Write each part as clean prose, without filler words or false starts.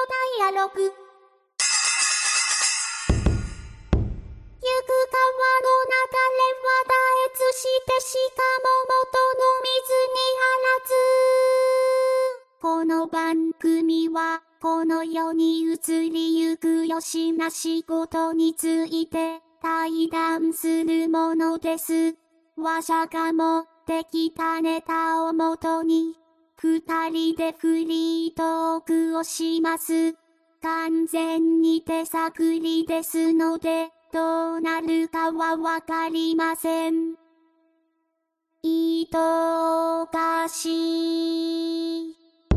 ダイアログ。行く川の流れは絶えずしてしかも元の水にあらず。この番組はこの世に移りゆくよしな仕事について対談するものです。話者が持ってきたネタをもとに二人でフリートークをします。完全に手探りですのでどうなるかはわかりません。いとがしい。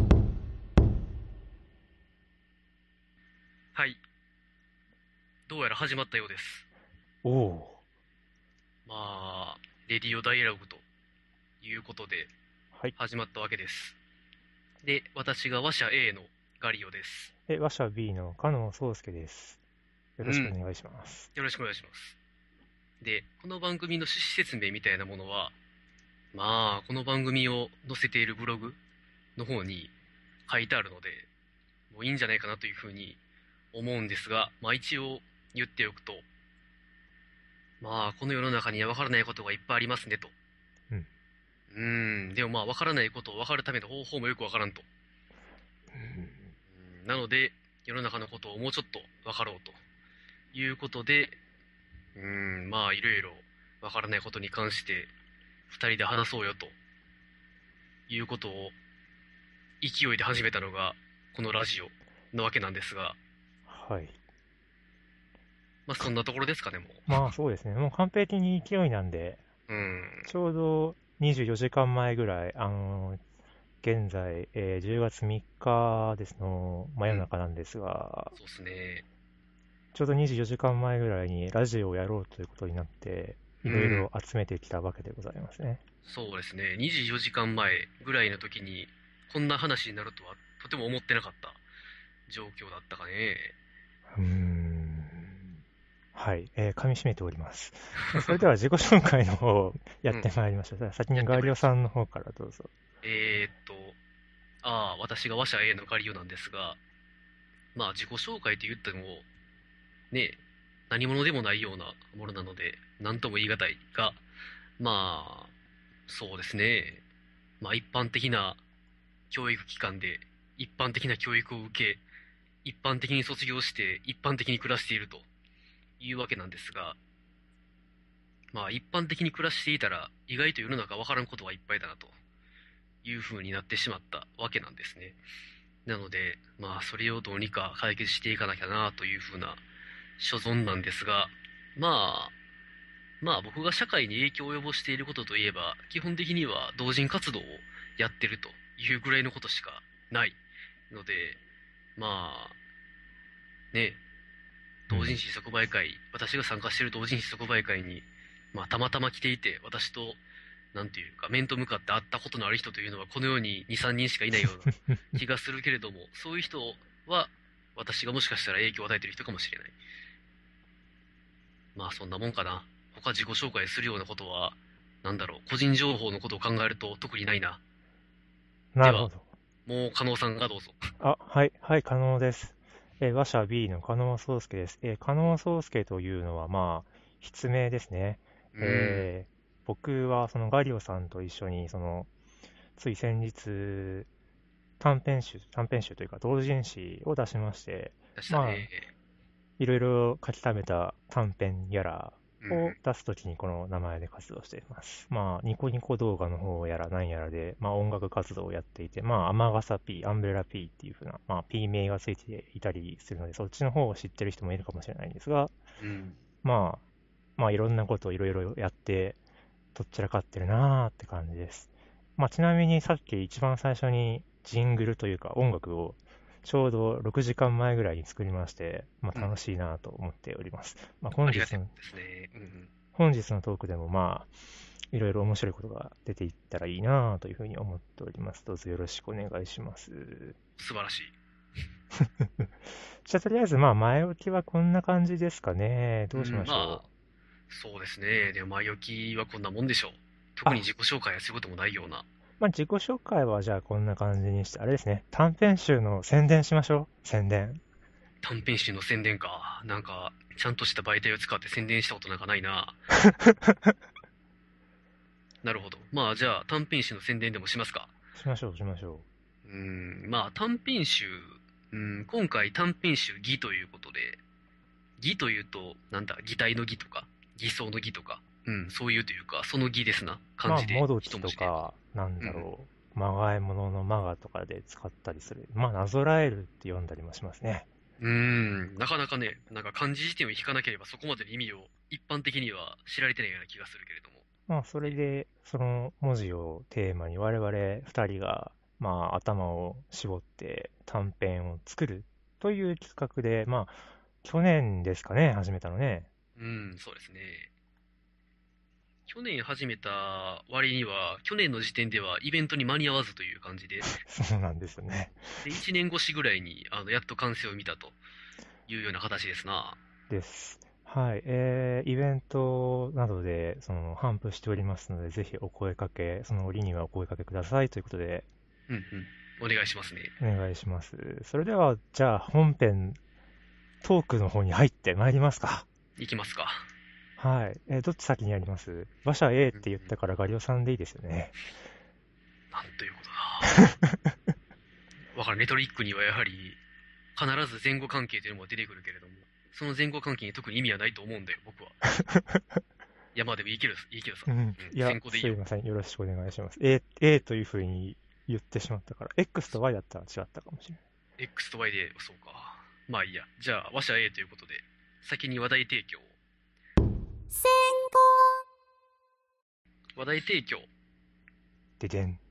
はい。どうやら始まったようです。 おお。 まあ、レディオダイアログということではい。 始まったわけです。で、私が話者 A のガリオです。 話者 B の加納壮介です。よろしくお願いします。 よろしくお願いします。で、この番組の趣旨説明みたいなものは、まあ、この番組を載せているブログの方に書いてあるので、もういいんじゃないかなというふうに思うんですが、まあ一応言っておくと、まあこの世の中には分からないことがいっぱいありますねと。でもまあ分からないことを分かるための方法もよく分からんと。なので世の中のことをもうちょっと分かろうということで、まあいろいろ分からないことに関して二人で話そうよということを勢いで始めたのがこのラジオなわけなんですが、 はい。 まあそんなところですかね、もう。 まあそうですね。もう完璧に勢いなんで、ちょうど24時間前ぐらい、現在、10月3日ですの真夜中なんですが、 そうですね。 ちょうど24時間前ぐらいにラジオをやろうということになって、いろいろ集めてきたわけでございますね。 そうですね。24時間前ぐらいの時に、こんな話になるとはとても思ってなかった状況だったかね。 はい、噛み締めております。それでは自己紹介の方をやってまいりましょう。先にガリオさんの方からどうぞ。 私が話者 A のガリオなんですが、まあ自己紹介と言っても、ね、何者でもないようなものなので、何とも言い難いが、まあ、そうですね。まあ一般的な教育機関で、一般的な教育を受け、一般的に卒業して、一般的に暮らしているというわけなんですが、まあ一般的に暮らしていたら、意外と世の中わからんことがいっぱいだなという風になってしまったわけなんですね。なので、まあそれをどうにか解決していかなきゃなという風な所存なんですが、まあ僕が社会に影響を及ぼしていることといえば、基本的には同人活動をやってるというぐらいのことしかないので、まあね、同人誌即売会、私が参加している同人誌即売会に、まあたまたま来ていて、私となんていうか、面と向かって会ったことのある人というのはこの世に2、3人しかいないような気がするけれども、そういう人は私がもしかしたら影響を与えている人かもしれない。まあそんなもんかな。他自己紹介するようなことは、なんだろう、個人情報のことを考えると特にないな。 なるほど。 もう加納さんがどうぞ。 はい、加納です。話者 B の加納壮介です。加納壮介というのは、まあ、筆名ですね。僕はそのガリオさんと一緒につい先日短編集というか同人誌を出しまして、まあいろいろ書き溜めた短編やらを出すときにこの名前で活動しています。まあニコニコ動画の方やら何やらで、まあ音楽活動をやっていて、まあ雨傘 P、アンブレラ P っていう風な、まあ P 名がついていたりするので、そっちの方を知ってる人もいるかもしれないんですが、まあいろんなことをいろいろやってどっちらかってるなーって感じです。まあ、ちなみにさっき一番最初にジングルというか音楽をちょうど6時間前ぐらいに作りまして、まあ、楽しいなと思っております。まあ、本日のトークでもまあいろいろ面白いことが出ていったらいいなというふうに思っております。どうぞよろしくお願いします。 素晴らしい。 じゃあとりあえずまあ前置きはこんな感じですかね。どうしましょう。 そうですね。でも前置きはこんなもんでしょう。特に自己紹介はすることもないような。 まあ、自己紹介はじゃあこんな感じにして、あれですね、短編集の宣伝しましょう。宣伝。 短編集の宣伝か。なんか、ちゃんとした媒体を使って宣伝したことなんかないな。なるほど。まあ、じゃあ、短編集の宣伝でもしますか。 しましょう、しましょまあ、短編集、今回短編集義ということで、義というと、なんだ、擬態の義とか、偽装の義とか、そういうというか、その義ですな。 う。まあ、 漢字で、 もどき一文字で。 とか、なんうん。 だろう、まがいもののまがとかで使ったりする。まあ、なぞらえるって読んだりもしますね。 なかなかね、なんか漢字辞典を引かなければそこまでの意味を一般的には知られてないような気がするけれども。 まあ、それで、その文字をテーマに我々二人が、まあ、頭を絞って短編を作るという企画で、まあ、去年ですかね、始めたのね。 そうですね。去年始めた割には、去年の時点ではイベントに間に合わずという感じで、 そうなんですよね。 で、1年越しぐらいに、やっと完成を見たというような形ですな。 です。はい。イベントなどで、頒布しておりますので、ぜひお声かけ、その折にはお声かけくださいということで、 うんうん。お願いしますね。 お願いします。それでは、じゃあ、本編、トークの方に入ってまいりますか。 いきますか。 はい。どっち先にやります？馬車 A っうんうん。 て言ったからガリオさんでいいですよね。 なんということだ。わからん。レトリックにはやはり、必ず前後関係というのも出てくるけれども、その前後関係に特に意味はないと思うんだよ、僕は。いや、まあでもいいけどさ。 うん。いや、 先行でいいよ。 すいません。よろしくお願いします。A というふうに言ってしまったから、X と Y だったら違ったかもしれない。 X と Y で、そうか。まあいいや。じゃあ、話者 A ということで、先に話題提供を。 先話題提供。 ででん。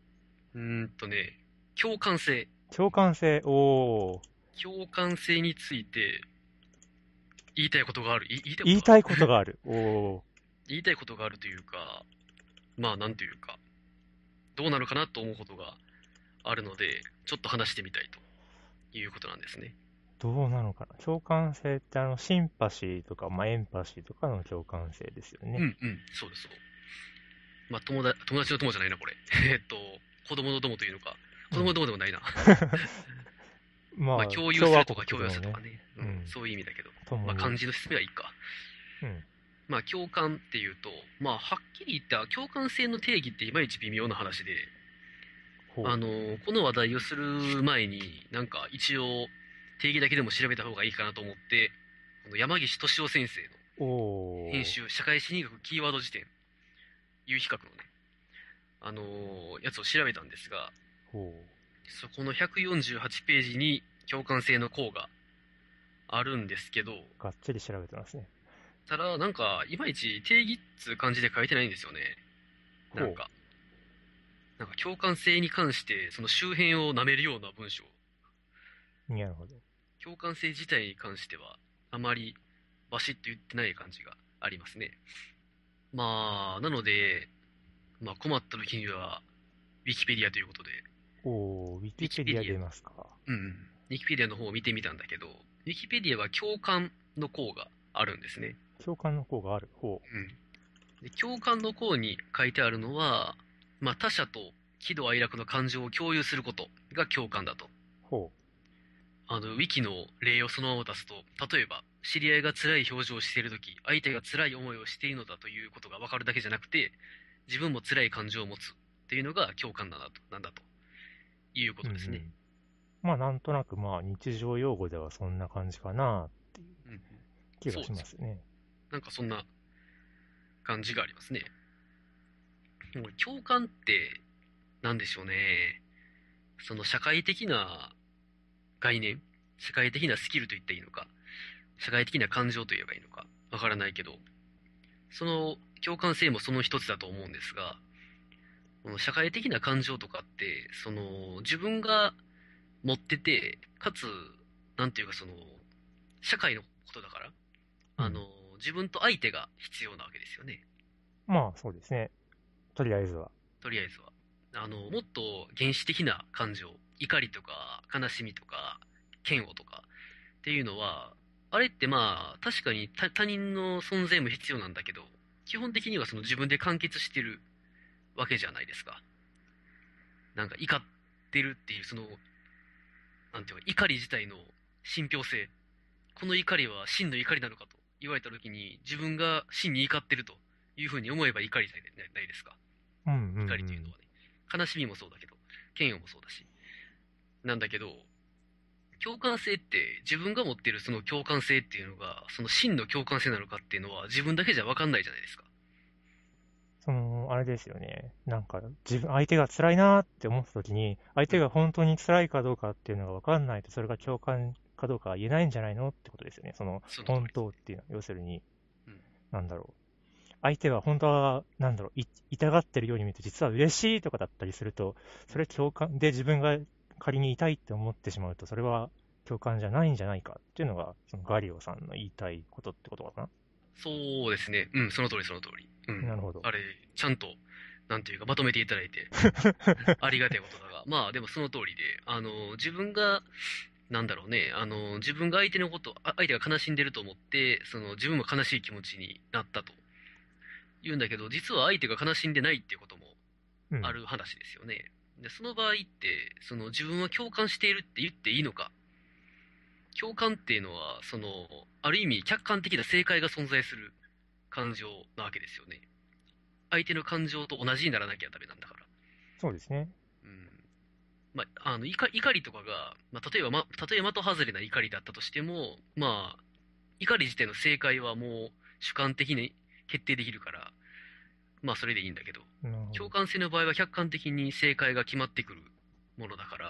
共感性。 共感性、おー。 共感性について言いたいことがある。言いたいことがある。 言いたいことがある。おー。 言いたいことがあるというか、まあなんというか、どうなるかなと思うことがあるので、ちょっと話してみたいということなんですね。 どうなのかな。共感性ってシンパシーとか、まあ、エンパシーとかの共感性ですよね。 そうです、そう。まあ友達の友じゃないな、これ。子供の友というのか。子供の友でもないな。まあまあ、 共有す共和るとか共有国とのね、 するとかね。そういう意味だけど。 共に。 まあ漢字の説明はいいか。 うん。 まあ共感っていうと、まあはっきり言った共感性の定義っていまいち微妙な話で、 ほう。 この話題をする前に、なんか一応定義だけでも調べた方がいいかなと思って、この山岸俊夫先生の編おー。 集、社会心理学キーワード辞典、有比較のね、やつを調べたんですが、 ほそこの148ページに共感性の項があるんですけど、 う。がっちり調べてますね。 ただ、なんか、いまいち定義っつう感じで書いてないんですよね。なんほか、共感性に関して、その周辺を舐めるような文章。 う。なるほど。 共感性自体に関しては、あまりバシッと言ってない感じがありますね。まあ、なので、まあ困った時には、ウィキペディアということで、 おー、ウィウィキペディアキペディア、 出ますか。 ウィキペディアの方を見てみたんだけど、ウィキペディアは共感の項があるんですね。 共感の項がある。ほで共感の項に書いてあるのは、まあ他者と喜怒哀楽の感情を共有することが共感だと。 う。ほウィキの例をそのまま出すと、例えば、知り合いが辛い表情をしているとき、相手が辛い思いをしているのだということが分かるだけじゃなくて、自分も辛い感情を持つっていうのが共感なんだというこう。うんうとですね。 ん。まあ、なんとなく、まあ、日常用語ではそんな感じかなっていううんうん。 気がそうです。 しますね。 なんかそんな感じがありますね。でも共感って何でしょうね。その社会的な概念、社会的なスキルと言っていいのか、社会的な感情と言えばいいのか、わからないけど、その共感性もその一つだと思うんですが、この社会的な感情とかって、その自分が持ってて、かつ、なんていうかその、社会のことだから、 うん。 自分と相手が必要なわけですよね。 まあ、そうですね。とりあえずは。 とりあえずは。もっと原始的な感情、怒りとか悲しみとか嫌悪とかっていうのは、あれってまあ確かに他人の存在も必要なんだけど、基本的にはその自分で完結してるわけじゃないですか。 なんか怒ってるっていう、なんていうか、怒り自体の信憑性。この怒りは真の怒りなのかと言われたときに、自分が真に怒ってるというふうに思えば怒りじゃないですか。 うんうん怒りというのはね。悲しみもそうだけど、嫌悪もそうだし。なんだけど、共感性って自分が持っているその共感性っていうのが、その真の共感性なのかっていうのは自分だけじゃ分かんないじゃないですか。 あれですよね。なんか、相手が辛いなーって思った時に、相手が本当に辛いかどうかっていうのが分かんないと、それが共感かどうかは言えないんじゃないのってことですよね。本その通りです。 当っていうのは、要するに、 うんなんだろう。相手は本当は、痛がってるように見えて、実は嬉しいとかだったりすると、それ共感で自分が仮に痛いって思ってしまうと、それは共感じゃないんじゃないかっていうのが、そのガリオさんの言いたいことってことかな。 そうですね。うん、その通りその通り。うん。 なるほど。 あれ、ちゃんと、なんていうか、まとめていただいて、ありがたいことだが。まあ、でもその通りで、自分が、なんだろうね、自分が相手が悲しんでると思って、自分も悲しい気持ちになったと言うんだけど、実は相手が悲しんでないっていうこともうんある話ですよね。で、その場合って、自分は共感しているって言っていいのか。共感っていうのは、ある意味客観的な正解が存在する感情なわけですよね。相手の感情と同じにならなきゃダメなんだから。 そうですね。 うん。まあ、怒りとかが、たとえ的外れな怒りだったとしても、まあ、怒り自体の正解はもう主観的に決定できるから、まあそれでいいんだけど、 なるほど。 共感性の場合は客観的に正解が決まってくるものだから、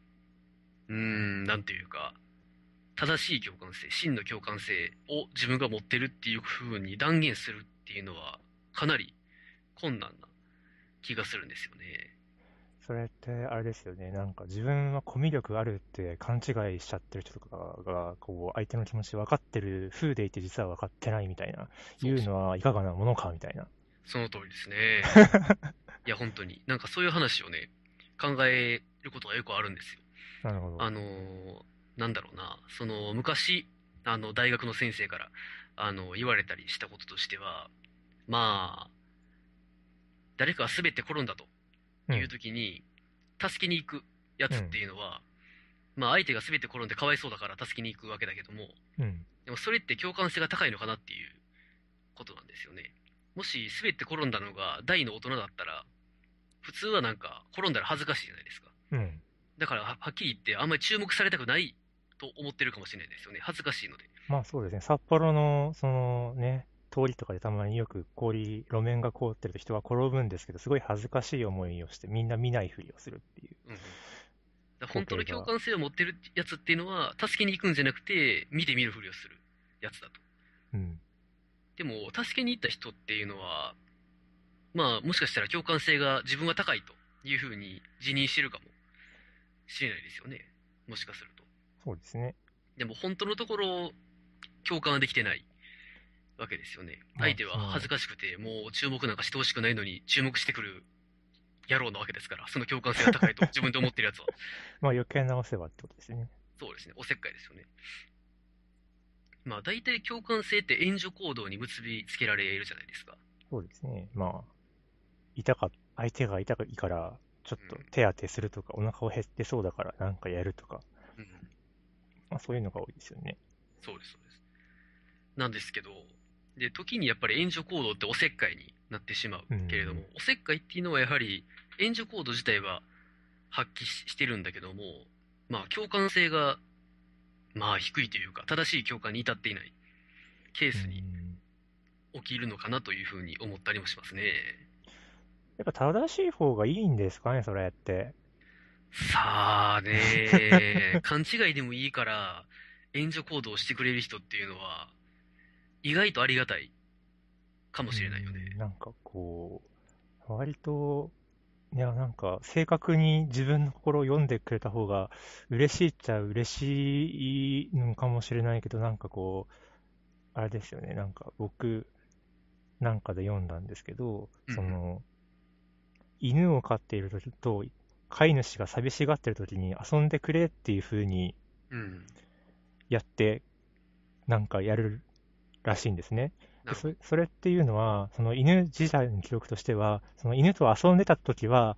なんていうか、正しい共感性、真の共感性を自分が持ってるっていう風に断言するっていうのは、かなり困難な気がするんですよね。 それってあれですよね。なんか自分はコミュ力あるって勘違いしちゃってる人とかが、こう相手の気持ち分かってる風でいて実は分かってないみたいな、いうそうそう。 のはいかがなものかみたいな。 その通りですね。いや、本当に。なんかそういう話をね、考えることがよくあるんですよ。 なるほど。 なんだろうな、昔、大学の先生から、言われたりしたこととしては、まあ、誰かが滑って転んだといううん。 時に、助けに行くやつってうん。 いうのは、まあ相手が滑って転んでかわいそうだから助けに行くわけだけども、 うん。 でもそれって共感性が高いのかなっていうことなんですよね。もし滑って転んだのが大の大人だったら、普通はなんか転んだら恥ずかしいじゃないですか。 うん。 だからはっきり言ってあんまり注目されたくないと思ってるかもしれないですよね。恥ずかしいので。 まあそうですね。札幌の、通りとかでたまによく路面が凍ってると人は転ぶんですけど、すごい恥ずかしい思いをして、みんな見ないふりをするっていううんうん。だから本当の共光景が。 感性を持ってるやつっていうのは、助けに行くんじゃなくて、見て見るふりをするやつだと。 うん。 でも、助けに行った人っていうのは、まあ、もしかしたら共感性が自分は高いというふうに自認してるかもしれないですよね。もしかすると。 そうですね。 でも、本当のところ、共感はできてないわけですよね。 まあ、 相手は恥ずかしくて、もう注目なんかしてほしくないのに、注目してくる野郎なわけですから、その共感性が高いと自分で思ってるやつは。 まあ余計なお世話ってことですね。 そうですね。おせっかいですよね。まあ、大体共感性って援助行動に結びつけられるじゃないですか。 そうですね。まあ、相手が痛いから、ちょっとうん。 手当てするとか、お腹を減ってそうだからなんかやるとか、 うん。 まあそういうのが多いですよね。 そうです、そうです。なんですけど、で、時にやっぱり援助行動っておせっかいになってしまううけれども、 ん。 おせっかいっていうのはやはり援助行動自体は発揮してるんだけども、まあ共感性がまあ低いというか、正しい共感に至っていないケーうスにん。 起きるのかなというふうに思ったりもしますね。 やっぱ正しい方がいいんですかね、それって。 さあね、勘違いでもいいから援助行動をしてくれる人っていうのは意外とありがたいかもしれないよね。 なんかこ割と、いや、なんか正確に自分の心を読んでくれた方が嬉しいっちゃ嬉しいのかもしれないけど、なんかこう、あれですよね、なんか僕なんかで読んだんですけど、 うんうん。 犬を飼っている時と、飼い主が寂しがってる時に遊んでくれっていう風にうん。 やって、なんかやるらしいんですね。で、 なるほど。 それっていうのは、その犬自体の記録としては、その犬と遊んでた時は、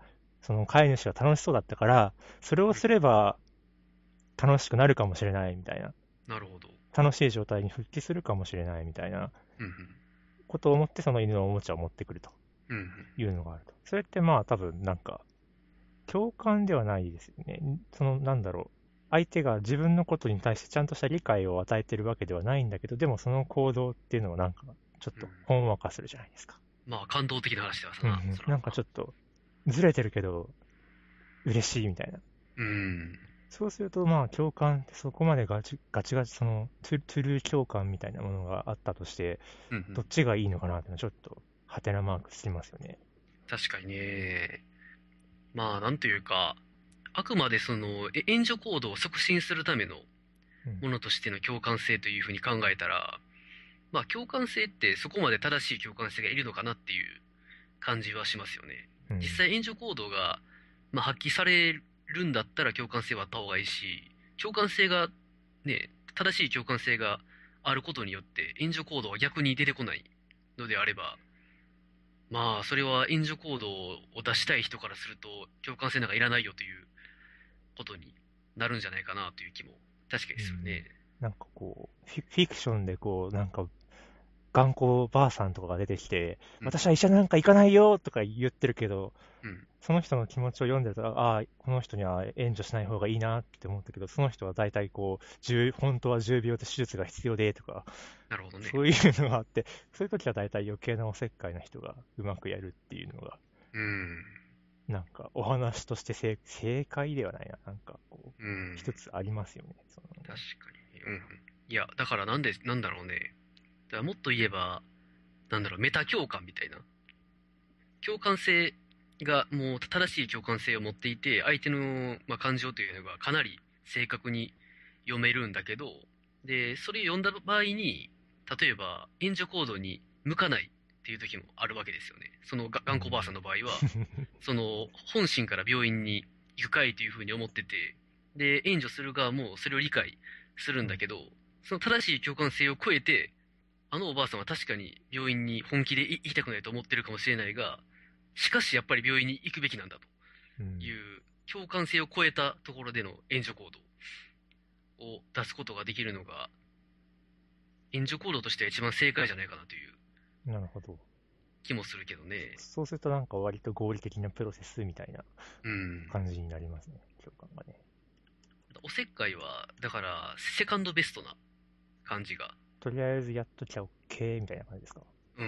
その飼い主が楽しそうだったから、それをすれば楽しくなるかもしれないみたいな、 なるほど。 楽しい状態に復帰するかもしれないみたいなうんことを思って、その犬のおもちゃを持ってくるとうん。うんいうのがあると。それってまあ多分なんか、共感ではないですよね。その、なんだろう。相手が自分のことに対してちゃんとした理解を与えてるわけではないんだけど、でもその行動っていうのはなんか、ちょっとほんわかするじゃないですか。 まあ、感動的な話ではさな、 うんうん。 そら。 なんかちょっと、ずれてるけど、嬉しいみたいな。 うん。 そうすると、まあ、共感ってそこまでガチガチ、そのトゥルー共感みたいなものがあったとして、 うんうん。 どっちがいいのかなっていうのはちょっと、ハテナマークつきますよね。 確かにね。まあ、なんというか、あくまでその、援助行動を促進するためのうんものとしての共感性というふうに考えたら、まあ、共感性ってそこまで正しい共感性がいるのかなっていう感じはしますよね。 うん実際援助行動が、まあ、発揮されるんだったら共感性はあった方がいいし、共感性がね、正しい共感性があることによって援助行動が逆に出てこないのであれば、まあそれは援助行動を出したい人からすると共感性なんかいらないよということになるんじゃないかなという気も確かにですよね。 なんかこう、フィクションでこう、なんか、頑固ばあさんとかが出てきて、 うん私は医者なんか行かないよとか言ってるけど、 うんその人の気持ちを読んでると、ああ、この人には援助しない方がいいなって思ったけど、その人は大体こう、本当は重病で手術が必要でとか、 なるほどね。 そういうのがあって、そういう時は大体余計なおせっかいな人がうまくやるっていうのが、 うんなんかお話として正解ではないな、なんかこう、 うん一つありますよね。 確かに。うんうん。いや、だからなんだろうね。だからもっと言えば、なんだろう、メタ共感みたいな。共感性が、もう正しい共感性を持っていて、相手の、まあ、感情というのがかなり正確に読めるんだけど、で、それを読んだ場合に、例えば、援助行動に向かないっていう時もあるわけですよね。その頑固ばあさんの場合は、その、本心から病院に行くかいというふうに思ってて、で、援助する側もそれを理解するんだけど、その正しい共感性を超えて、あのおばあさんは確かに病院に本気で行きたくないと思ってるかもしれないが、しかしやっぱり病院に行くべきなんだという共感性を超えたところでの援助行動を出すことができるのが、援助行動としては一番正解じゃないかなというなるほど。 気もするけどね。 そうするとなんか割と合理的なプロセスみたいなうん。 感じになりますね、共感がね。 おせっかいは、だから、セカンドベストな感じが。 とりあえずやっときゃ OK みたいな感じですか。 うん。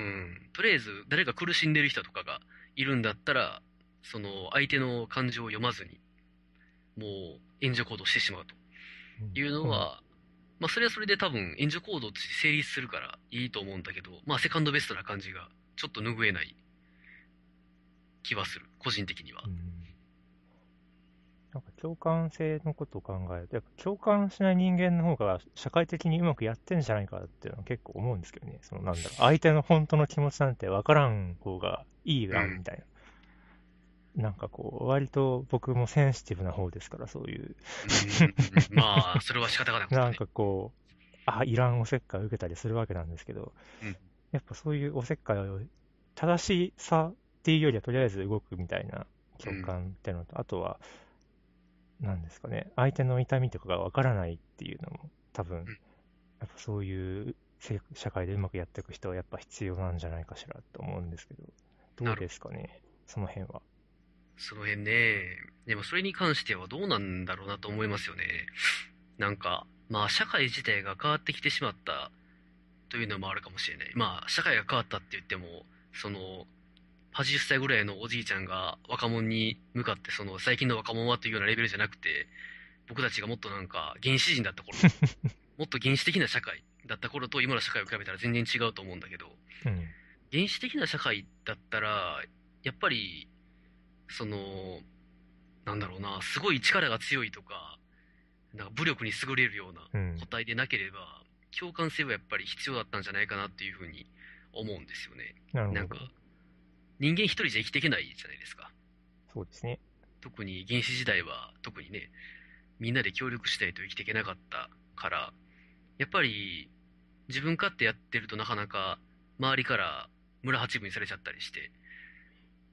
とりあえず、誰か苦しんでる人とかがいるんだったら、その、相手の感情を読まずに、もう、援助行動してしまうというのは、まあ、それはそれで多分、援助行動として成立するからいいと思うんだけど、まあ、セカンドベストな感じが、ちょっと拭えない気はする。個人的には。 なんか共感性のことを考えると、やっぱ共感しない人間の方が社会的にうまくやってんじゃないかっていうのは結構思うんですけどね。そのなんだろう、相手の本当の気持ちなんて分からん方がいいな、みたいな。なんかこう、割と僕もセンシティブな方ですから、そういう。 まあ、それは仕方がないことね。 なんかこう、いらんおせっかいを受けたりするわけなんですけど、 うんやっぱそういうおせっかいを、正しさっていうよりはとりあえず動くみたいな共感っていうのと、あとは、なんですかね、相手の痛みとかがわからないっていうのも、多分、やっぱそういう社会でうまくやっていく人はやっぱ必要なんじゃないかしらと思うんですけど、どうですかね、その辺は。 その辺ね。でもそれに関してはどうなんだろうなと思いますよね。なんか、まあ社会自体が変わってきてしまったというのもあるかもしれない。まあ社会が変わったって言っても、その、80歳ぐらいのおじいちゃんが若者に向かってその最近の若者はというようなレベルじゃなくて、僕たちがもっとなんか原始人だった頃、もっと原始的な社会だった頃と今の社会を比べたら全然違うと思うんだけど、原始的な社会だったら、やっぱり、その、なんだろうな、すごい力が強いとか、なんか武力に優れるような個体でなければ、共感性はやっぱり必要だったんじゃないかなっていうふうに思うんですよね。なんか、人間一人じゃ生きていけないじゃないですか。 そうですね。 特に原始時代は特にね、みんなで協力したいと生きていけなかったから、やっぱり自分勝手やってるとなかなか周りから村八分にされちゃったりして、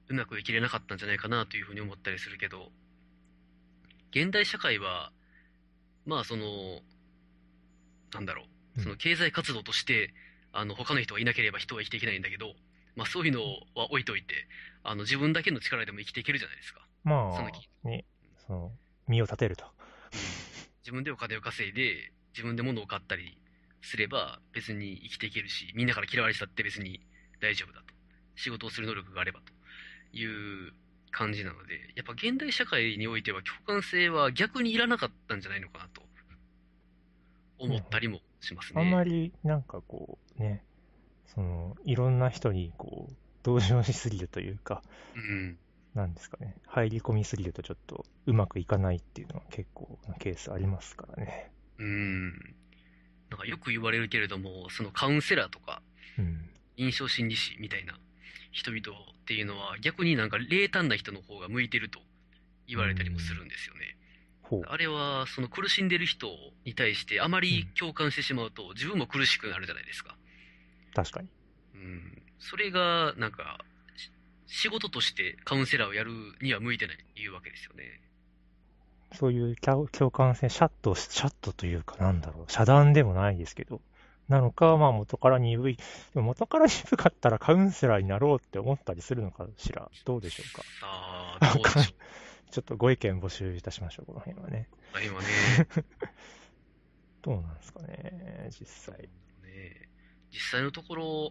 うまく生きれなかったんじゃないかなというふうに思ったりするけど、現代社会は、まあなんだろう、そのうん。 経済活動として、他の人がいなければ人は生きていけないんだけど、まあそういうのは置いといて、自分だけの力でも生きていけるじゃないですか。そのき、 まあ、ね、その、身を立てると。 うん。自分でお金を稼いで、自分で物を買ったりすれば別に生きていけるし、みんなから嫌われてたって別に大丈夫だと。仕事をする能力があればという感じなので、やっぱ現代社会においては共感性は逆にいらなかったんじゃないのかなと思なるほど。 ったりもしますあんまね。 り、なんかこう、ね、いろんな人に、こう、同情しすぎるというか、 うん。 なんですかね、入り込みすぎるとちょっとうまくいかないっていうのは結構なケースありますからね。 うん。なんかよく言われるけれども、そのカウンセラーとか、 うん。 臨床心理士みたいな人々っていうのは逆になんか冷淡な人の方が向いてると言うわれたりもすん。 るんですよね。 ほあれはその苦しんでる人に対してあまう。うりん。 共感してしまうと自分も苦しくなるじゃないですか。 確かに。 うん。それがなんか仕事としてカウンセラーをやるには向いてないいうわけですよね。 そういう共感性、シャットというかなんだろう、遮断でもないですけど、なのか、まあ元から鈍い。でも元から鈍かったらカウンセラーになろうって思ったりするのかしら。どうでしょうか。 さあ、どうでしょう。 ちょっとご意見募集いたしましょう、この辺はね。 この辺はね、 どうなんですかね、実際。 どうなんだろうね。実際のところ、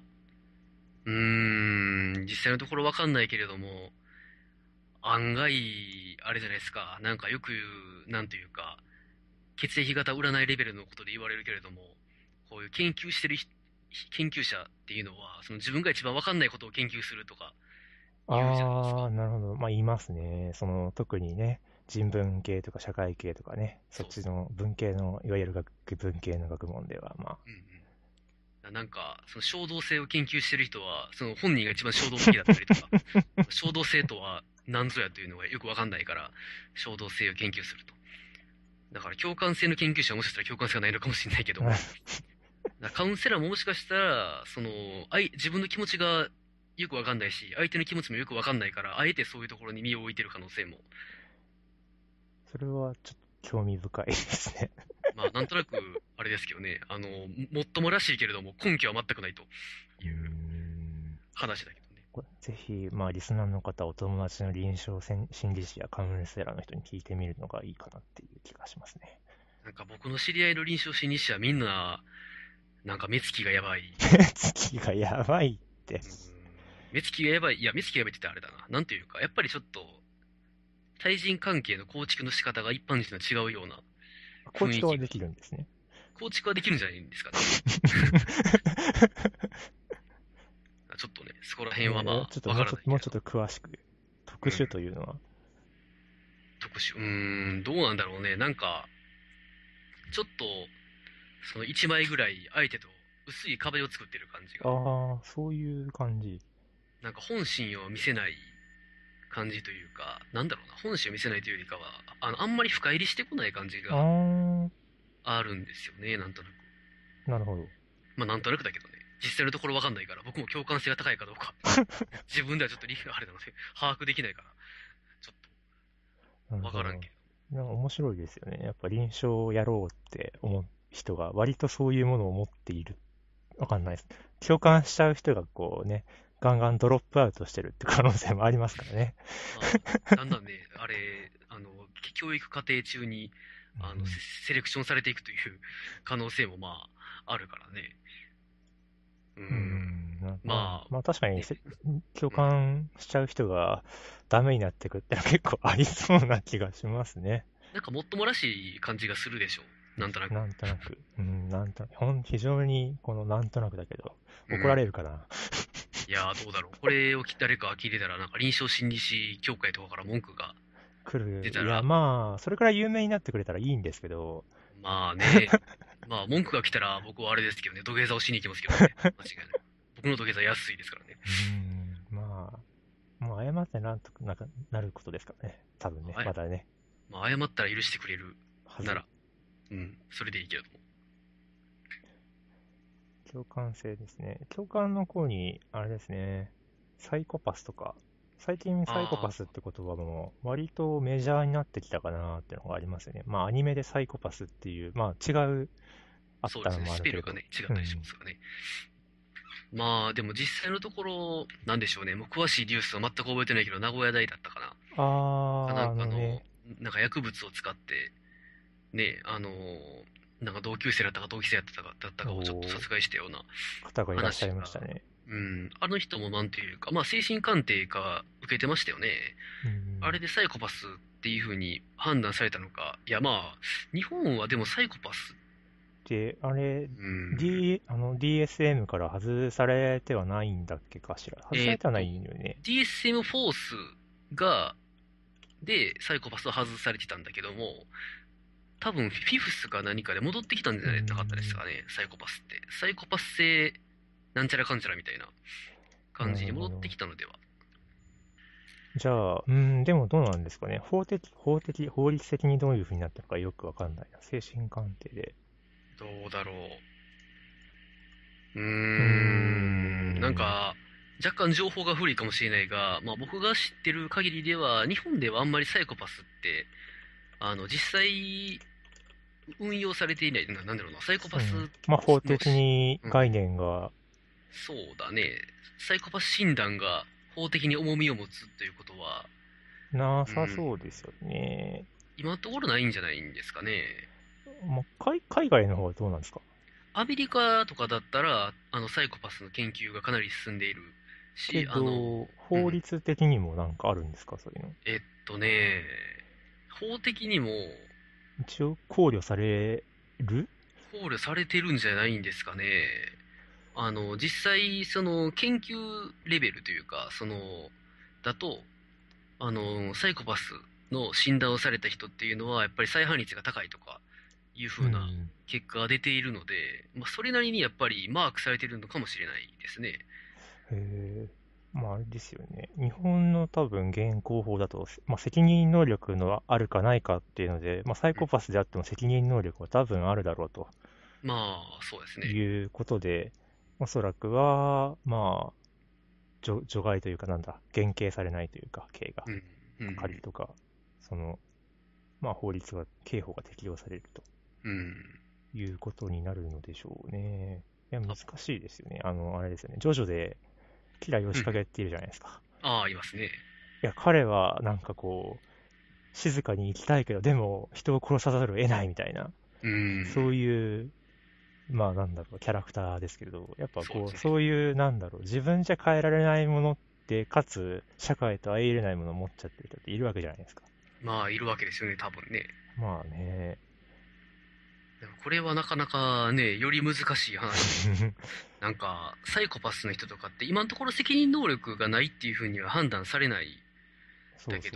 実際のところわかんないけれども、案外、あれじゃないですか。なんかよく言う、なんというか、血液型占いレベルのことで言われるけれども、こういう研究してる研究者っていうのは、その自分が一番わかんないことを研究するとか言うじゃないですか。 あー、なるほど。まあ、言いますね。特にね、人文系とか社会系とかね、そっそう。 ちの文系の、いわゆる文系の学問では、まあ、 うんうん。なんか、その衝動性を研究してる人は、その本人が一番衝動的だったりとか、衝動性とは何ぞやというのがよくわかんないから、衝動性を研究すると。だから共感性の研究者はもしかしたら共感性がないのかもしれないけども、カウンセラーももしかしたら、自分の気持ちがよくわかんないし、相手の気持ちもよくわかんないから、あえてそういうところに身を置いてる可能性も、 それはちょっと興味深いですね。 まあ、なんとなく、あれですけどね、もっともらしいけれども、根拠は全くないとうーいうん。 話だけどね。 ぜひ、まあ、リスナーの方、お友達の臨床心理士やカウンセラーの人に聞いてみるのがいいかなっていう気がしますね。 なんか僕の知り合いの臨床心理士はみんな、なんか目つきがやばい。 月がやばいって。 目つきがやばい。いや、目つきがやばいって言ったらあれだな。なんていうか、やっぱりちょっと、対人関係の構築の仕方が一般人とは違うような雰囲気が、 構築はできるんですね。 構築はできるんじゃないんですかね。ちょっとね、そこら辺はまあ、 ちょっとわからないけれど。 もうちょっと詳しく。特うん。 殊というのは。 特殊。どうなんだろうね。なんか、ちょっと、その一枚ぐらい相手と薄い壁を作ってる感じが。 ああ、そういう感じ。 なんか本心を見せない感じというか、なんだろうな、本心を見せないというよりかは、あんまり深入りしてこない感じあがあ、 あるんですよね、なんとなく。 なるほど。 まあなんとなくだけどね、実際のところわかんないから、僕も共感性が高いかどうか、自分ではちょっとあれなので、把握できないから、ちょっなるほど。 とわからんけなんか面白いですよね。やっぱ臨床をやろうって思う人が割とそういうものを持っている。わかんないです。共感しちゃう人がこうね、ガンガンドロップアウトしてるって可能性もありますからね。 ど。まあ、だんだんね、あれ、教育過程中に、 うんセレクションされていくという可能性もまあ、あるからね。 うん、 ままあ確かあ、 にね、 共うん。 感しちゃう人がダメになってくってのは結構ありそうな気がしますね。 なんかもっともらしい感じがするでしょ。なんとなく。 なんとなく。うん、なんとなく。非常にこのなんとなくだけど、怒らうん。 れるかな。 いやー、どうだろう。これを誰か聞いてたら、なんか臨床心理士協会とかから文句が来る。いや、 出たら、 まあ、それから有名になってくれたらいいんですけど、 まあね、まあ文句が来たら僕はあれですけどね、土下座をしに行きますけどね。間違いない。僕の土下座安いですからね。 もう謝ってなんとかなることですからね。多分ね、 まあ、 まだね、 まあ、謝ったら許してくれるはず。 なら、それでいいけれども。 共感性ですね。共感の項に、あれですね、サイコパスとか、 最近サイコパあスって言葉も割とメジャーになってきたかなっていうのがありますよね。まあアニメでサイコパスっていう、まあ違う、あったのそうですね。スもあるけど、 ペルがね、違ったりしまうん、 すからね。まあ、でも実際のところ、なんでしょうね。もう詳しいニュースは全く覚えてないけど、名古屋大だったかな。なあー、あんかのね、 なんか薬物を使って、ね、なんか同級生だったか同期生だったかをちょっとお殺害したような方がいらっしゃ話が、 いましたね。 うん、あの人もなんていうか、まあ精神鑑定か受けてましたよね。 うん。 あれでサイコパスっていう風に判断されたのか。いやまあ、日本はでもサイコパス、 で、あれ、 うん、 DSM から外されてはないんだっけかしら。外さえーっと、 れてはないよね。 DSM フォースが、で、サイコパスは外されてたんだけども、多分フィフスか何かで戻ってきたんじうゃなかったですん、 かね、サイコパスって。サイコパス性なんちゃらかんちゃらみたいな感なじに戻ってるほど。 きたのでは。 じゃあ、でもどうなんですかね。法律的にどういう風になったのかよくわかんないな。精神鑑定で。 どうだろう。 うーなんん、 か、若干情報が古いかもしれないが、まあ僕が知ってる限りでは、日本ではあんまりサイコパスって、実際、運用されていない、なんだろうな、サイコパスうん。まあ、法の的にうん、 概念が、 そうだね、サイコパス診断が法的に重みを持つということは、 なさうん、 そうですよね。 今のところないんじゃないんですかね。 まあ、海外の方はどうなんですか？ アメリカとかだったら、サイコパスの研究がかなり進んでいるけし、 ど、法うん。 律的にもなんかあるんですか、そういうの。 えっとね、法的にも一応考慮される。 考慮されてるんじゃないんですかね。実際、その、研究レベルというか、だと、サイコパスの診断をされた人っていうのは、やっぱり再犯率が高いとか、いう風なうん。 結果が出ているので、まあ、それなりにやっぱりマークされているのかもしれないですね。 へえ。まあ、あれですよね。日本の多分現行法だと、まあ、責任能力のあるかないかっていうので、まあ、サイうん。 コパスであっても責任能力は多分あるだろうとまあ、そうですね。 いうことで、おそらくは、まあ、除外というか、なんだ、減刑されないというか、刑が、 うん。うん。 仮とか、その、まあ、刑法が適用されるとうん。 いうことになるのでしょうね。いや、難たしいですよね。あれですよね。ジョジョで、キラヨうん。 シカゲっているじゃないですか。 ああ、いますね。 いや、彼は、なんかこう、静かに生きたいけど、でも、人を殺さざるを得ないみたいな、 うん。 そういう、まあ、なんだろう、キャラクターですけど、やっぱこう、 そうですね。 そういう、なんだろう、自分じゃ変えられないものって、かつ、社会と相入れないものを持っちゃってる人っているわけじゃないですか。 まあ、いるわけですよね、多分ね。 まあね。 でもこれはなかなかね、より難しい話で、なんか、サイコパスの人とかって今のところ責任能力がないっていうふうには判断されないんだけど、 そうそう。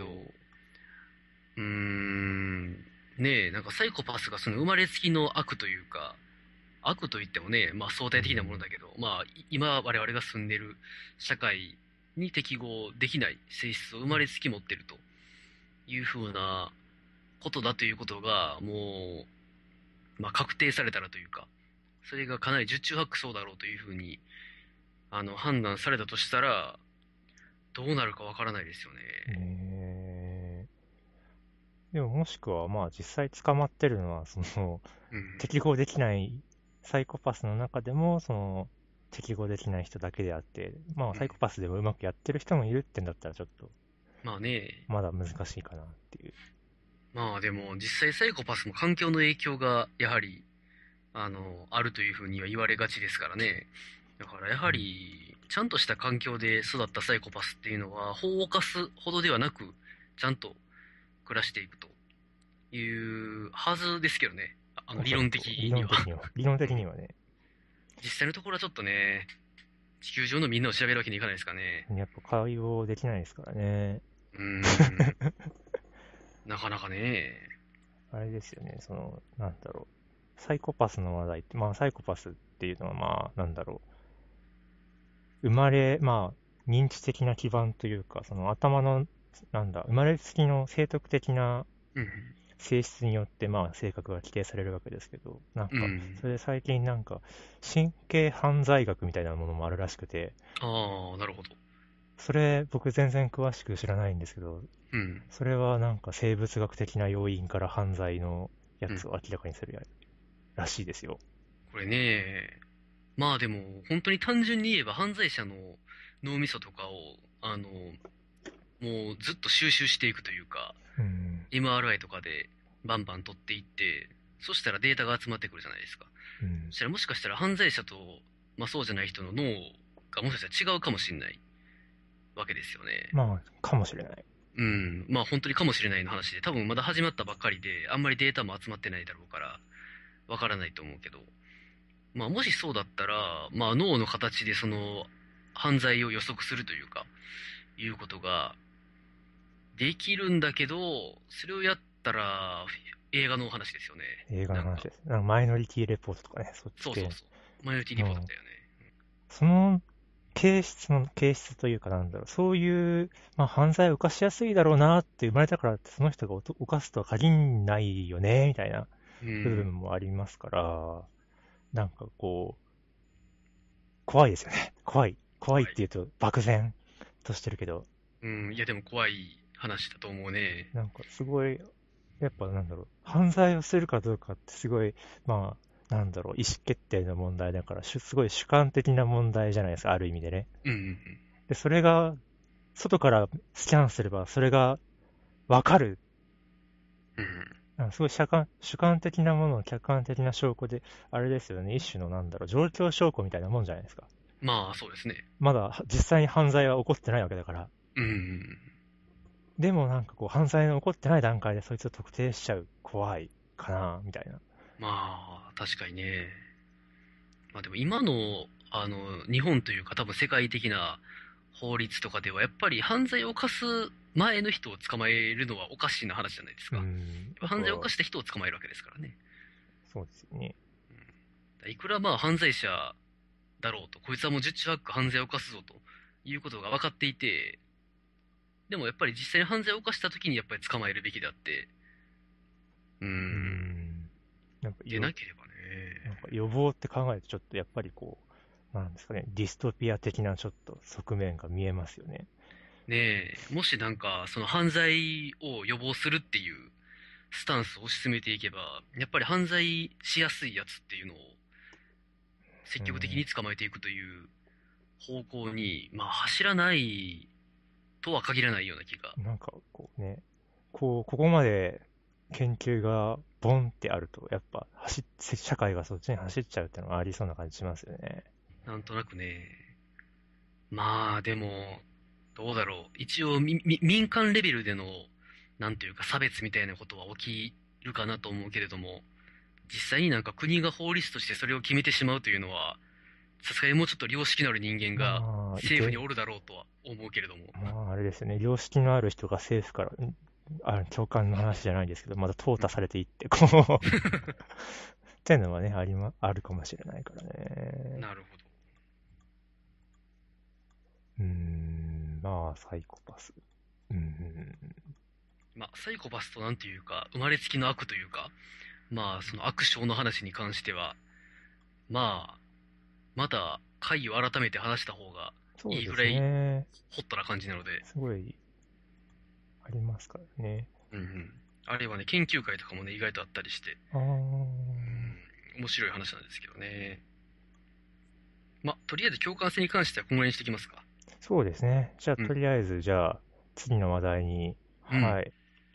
ねえ、なんかサイコパスがその生まれつきの悪というか、悪といってもね、まあ相対的なものうん。 だけど、まあ今我々が住んでる社会に適合できない性質を生まれつき持ってるというふうなことだということが、もう、まあ確定されたらというか、それがかなり十中八九そうだろうというふうに、判断されたとしたら、どうなるかわからないですよね。 ねえ。でももしくは、まあ実際捕まってるのは、 うん。 適合できないサイコパスの中でも、適合できない人だけであって、まあうん。 サイコパスでもうまくやってる人もいるってんだったら、ちょっと、 まあね、 まだ難しいかなっていう。 まあでも実際サイコパスも環境の影響がやはり、あるというふうには言われがちですからね。だからやはうん。 り、ちゃんとした環境で育ったサイコパスっていうのは、法を犯すほどではなく、ちゃんと暮らしていくというはずですけどね。理論おそらく、 的には。 理論うん。 的にはね、 実際のところはちょっとね、地球上のみんなを調べるわけにいかないですかね。 やっぱ対応できないですからね。 うーん。なかなかね。 あれですよね、なんだろう。サイコパスの話題って、まあサイコパスっていうのはまあ、なんだろまあ、認知的な基盤というか、その頭の、生まれつきの生徳的なうん。 性質によって、まあ、性格が規定されるわけですけど、なんか、 うん。 それで最近神経犯罪学みたいなものもあるらしくて、 ああ、なるほど。 それ僕全然詳しく知らないんですけど、 うん。 それはなんか生物学的な要因から犯罪のやうん。 つを明らかにするらしいですよ。 これね、まあでも、本当に単純に言えば犯罪者の脳みそとかを、もうずっと収集していくというか、 うん。 MRI とかでバンバン取っていって、そしたらデータが集まってくるじゃないですか。 うん。 そしたらもしかしたら犯罪者と、まあそうじゃない人の脳がもしかしたら違うかもしれないわけですよね。 まあ、かもしれない。 うん。まあ本当にかもしれないの話で、多分まだ始まったばっかりで、あんまりデータも集まってないだろうから、わからないと思うけど、まあもしそうだったら、まあ脳の形でその犯罪を予測するというか、いうことができるんだけど、それをやったら映画のお話ですよね。 映画のなんか、 話です。なんかマイノリティレポートとかね、そっち系そうそうそう。マイノリティリポートだの、 ったよね。 その形質というかなんだろう、そういう、まあ、犯罪を犯しやすいだろうなって生まれたからってその人が犯すとは限んないよね、みたいなう部分ん。 もありますから、なんかこう、怖いですよね。怖い。怖い怖い。 って言うと漠然としてるけど、 うん。いやでも怖い話だと思うね。 なんかすごい、やっぱなんだろう、犯罪をするかどうかってすごい、まあ、なんだろう、意思決定の問題だから、すごい主観的な問題じゃないですか、ある意味でね。 うんうんで、それが、外からスキャンすれば、それがわかる。 うん。うん。 すごい主観的なものの客観的な証拠で、あれですよね、一種のなんだろう、状況証拠みたいなもんじゃないですか。 まあそうですね。 まだ実際に犯罪は起こってないわけだから。 うん。 でもなんかこう、犯罪の起こってない段階でそいつを特定しちゃう。怖いかな、みたいな。 まあ確かにね。まあでも今の、日本というか多分世界的な法律とかではやっぱり犯罪を犯す前の人を捕まえるのはおかしいな話じゃないですか。 やっぱ、 犯罪を犯した人を捕まえるわけですからね。 そうですよね。 いくらまあ犯罪者だろうと、こいつはもう十中八九犯罪を犯すぞということが分かっていて、でもやっぱり実際に犯罪を犯した時にやっぱり捕まえるべきであって、 うーん。なんかでなければね。 なんか予防って考えるとちょっとやっぱりこう、なんですかね、ディストピア的なちょっと側面が見えますよね。 ねえ、もしなんかその犯罪を予防するっていうスタンスを推し進めていけば、やっぱり犯罪しやすいやつっていうのを積極的に捕まえていくという方向に、まあ走らないとは限らないような気が。 なんかこうね、ここまで研究がボンってあると、やっぱ社会がそっちに走っちゃうっていうのがありそうな感じしますよね。 なんとなくね。まあでも、どうだろう。一応民間レベルでの、なんていうか差別みたいなことは起きるかなと思うけれども、実際になんか国が法律としてそれを決めてしまうというのは、さすがにもうちょっと良識のある人間がまあ、 政府におるだろうとは思うけれども。 まあ、あれですよね、良識のある人が政府から、共感の話じゃないですけど、まだ淘汰されていって、こうっていうのはね、あるかもしれないからね。 なるほど。 まあ、サイコパス。うーん、 まあ、サイコパスとなんていうか、生まれつきの悪というか、まあ、その悪性の話に関しては、まあ、また回を改めて話した方がそうですいいぐらいね。 ホットな感じなので、 すごいありますからね。 うんうん。あれはね、研究会とかもね、意外とあったりして、 ああ、 面白い話なんですけどね。まあ、とりあえず共感性に関してはこの辺にしておきますか。 そうですね。じゃあ、 うん。 とりあえず、じゃあ、次の話題に、 うん。 はい、